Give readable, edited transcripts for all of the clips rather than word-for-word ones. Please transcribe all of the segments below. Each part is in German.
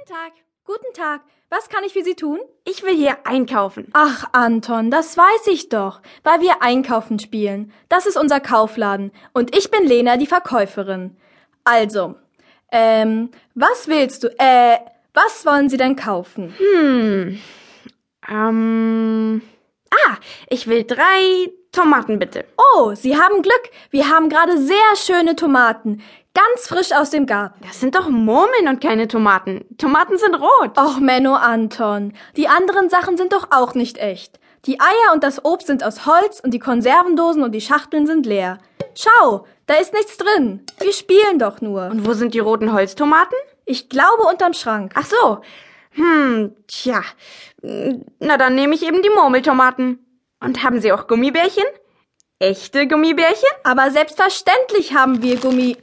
Tag. Guten Tag. Was kann ich für Sie tun? Ich will hier einkaufen. Ach, Anton, das weiß ich doch, weil wir einkaufen spielen. Das ist unser Kaufladen. Und ich bin Lena, die Verkäuferin. Also, was willst du? Was wollen Sie denn kaufen? Ich will 3 Tomaten, bitte. Oh, Sie haben Glück. Wir haben gerade sehr schöne Tomaten. Ganz frisch aus dem Garten. Das sind doch Murmeln und keine Tomaten. Tomaten sind rot. Och, Menno, Anton. Die anderen Sachen sind doch auch nicht echt. Die Eier und das Obst sind aus Holz und die Konservendosen und die Schachteln sind leer. Schau, da ist nichts drin. Wir spielen doch nur. Und wo sind die roten Holztomaten? Ich glaube unterm Schrank. Ach so. Tja. Na, dann nehme ich eben die Murmeltomaten. Und haben Sie auch Gummibärchen? Echte Gummibärchen? Aber selbstverständlich haben wir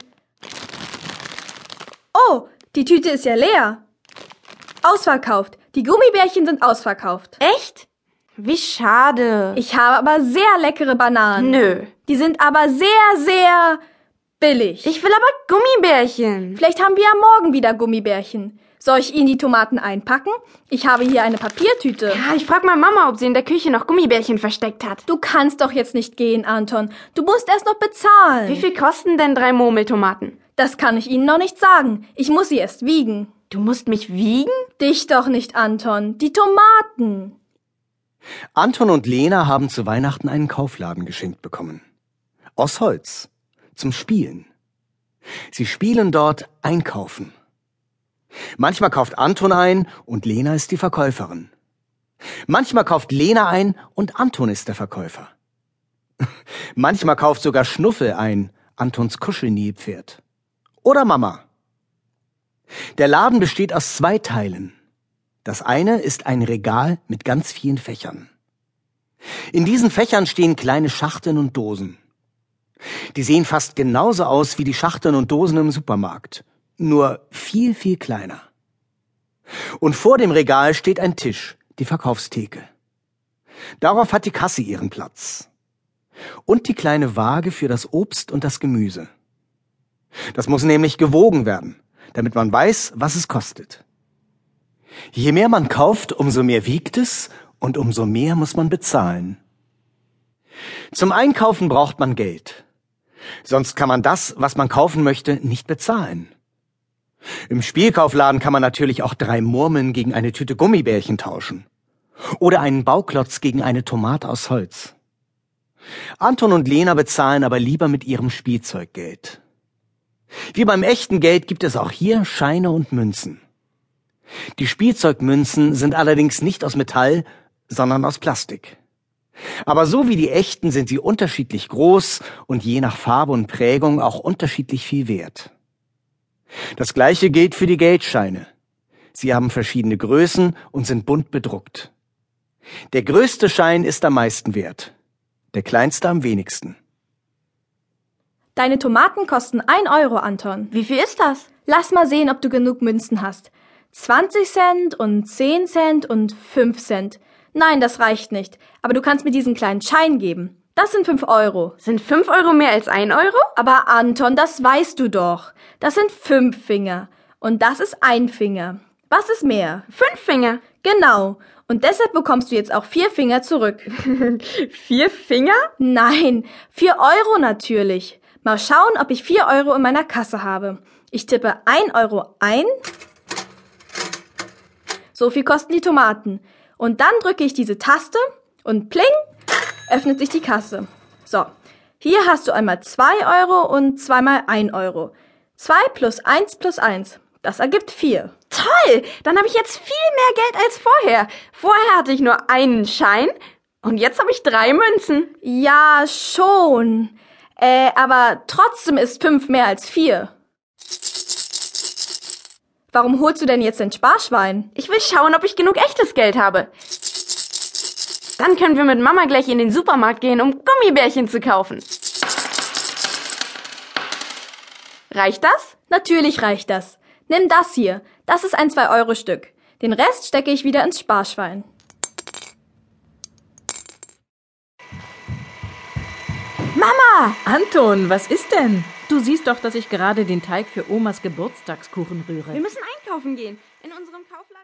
Oh, die Tüte ist ja leer. Ausverkauft. Die Gummibärchen sind ausverkauft. Echt? Wie schade. Ich habe aber sehr leckere Bananen. Nö. Die sind aber sehr, sehr billig. Ich will aber Gummibärchen. Vielleicht haben wir ja morgen wieder Gummibärchen. Soll ich Ihnen die Tomaten einpacken? Ich habe hier eine Papiertüte. Ja, ich frag mal Mama, ob sie in der Küche noch Gummibärchen versteckt hat. Du kannst doch jetzt nicht gehen, Anton. Du musst erst noch bezahlen. Wie viel kosten denn 3 Murmeltomaten? Das kann ich Ihnen noch nicht sagen. Ich muss sie erst wiegen. Du musst mich wiegen? Dich doch nicht, Anton. Die Tomaten. Anton und Lena haben zu Weihnachten einen Kaufladen geschenkt bekommen. Aus Holz. Zum Spielen. Sie spielen dort Einkaufen. Manchmal kauft Anton ein und Lena ist die Verkäuferin. Manchmal kauft Lena ein und Anton ist der Verkäufer. Manchmal kauft sogar Schnuffel ein, Antons Kuschelnilpferd. Oder Mama. Der Laden besteht aus 2 Teilen. Das eine ist ein Regal mit ganz vielen Fächern. In diesen Fächern stehen kleine Schachteln und Dosen. Die sehen fast genauso aus wie die Schachteln und Dosen im Supermarkt. Nur viel, viel kleiner. Und vor dem Regal steht ein Tisch, die Verkaufstheke. Darauf hat die Kasse ihren Platz. Und die kleine Waage für das Obst und das Gemüse. Das muss nämlich gewogen werden, damit man weiß, was es kostet. Je mehr man kauft, umso mehr wiegt es und umso mehr muss man bezahlen. Zum Einkaufen braucht man Geld. Sonst kann man das, was man kaufen möchte, nicht bezahlen. Im Spielkaufladen kann man natürlich auch 3 Murmeln gegen eine Tüte Gummibärchen tauschen. Oder einen Bauklotz gegen eine Tomate aus Holz. Anton und Lena bezahlen aber lieber mit ihrem Spielzeuggeld. Wie beim echten Geld gibt es auch hier Scheine und Münzen. Die Spielzeugmünzen sind allerdings nicht aus Metall, sondern aus Plastik. Aber so wie die echten sind sie unterschiedlich groß und je nach Farbe und Prägung auch unterschiedlich viel wert. Das Gleiche gilt für die Geldscheine. Sie haben verschiedene Größen und sind bunt bedruckt. Der größte Schein ist am meisten wert, der kleinste am wenigsten. Deine Tomaten kosten 1 Euro, Anton. Wie viel ist das? Lass mal sehen, ob du genug Münzen hast. 20 Cent und 10 Cent und 5 Cent. Nein, das reicht nicht. Aber du kannst mir diesen kleinen Schein geben. Das sind 5 Euro. Sind 5 Euro mehr als 1 Euro? Aber Anton, das weißt du doch. Das sind 5 Finger. Und das ist 1 Finger. Was ist mehr? 5 Finger. Genau. Und deshalb bekommst du jetzt auch 4 Finger zurück. 4 Finger? Nein, 4 Euro natürlich. Mal schauen, ob ich 4 Euro in meiner Kasse habe. Ich tippe 1 Euro ein. So viel kosten die Tomaten. Und dann drücke ich diese Taste und pling, öffnet sich die Kasse. So, hier hast du einmal 2 Euro und zweimal 1 Euro. 2 plus 1 plus 1. Das ergibt 4. Toll! Dann habe ich jetzt viel mehr Geld als vorher. Vorher hatte ich nur einen Schein und jetzt habe ich 3 Münzen. Ja, schon. Aber trotzdem ist 5 mehr als 4. Warum holst du denn jetzt ein Sparschwein? Ich will schauen, ob ich genug echtes Geld habe. Dann können wir mit Mama gleich in den Supermarkt gehen, um Gummibärchen zu kaufen. Reicht das? Natürlich reicht das. Nimm das hier. Das ist ein 2-Euro-Stück. Den Rest stecke ich wieder ins Sparschwein. Mama! Anton, was ist denn? Du siehst doch, dass ich gerade den Teig für Omas Geburtstagskuchen rühre. Wir müssen einkaufen gehen. in unserem Kaufladen?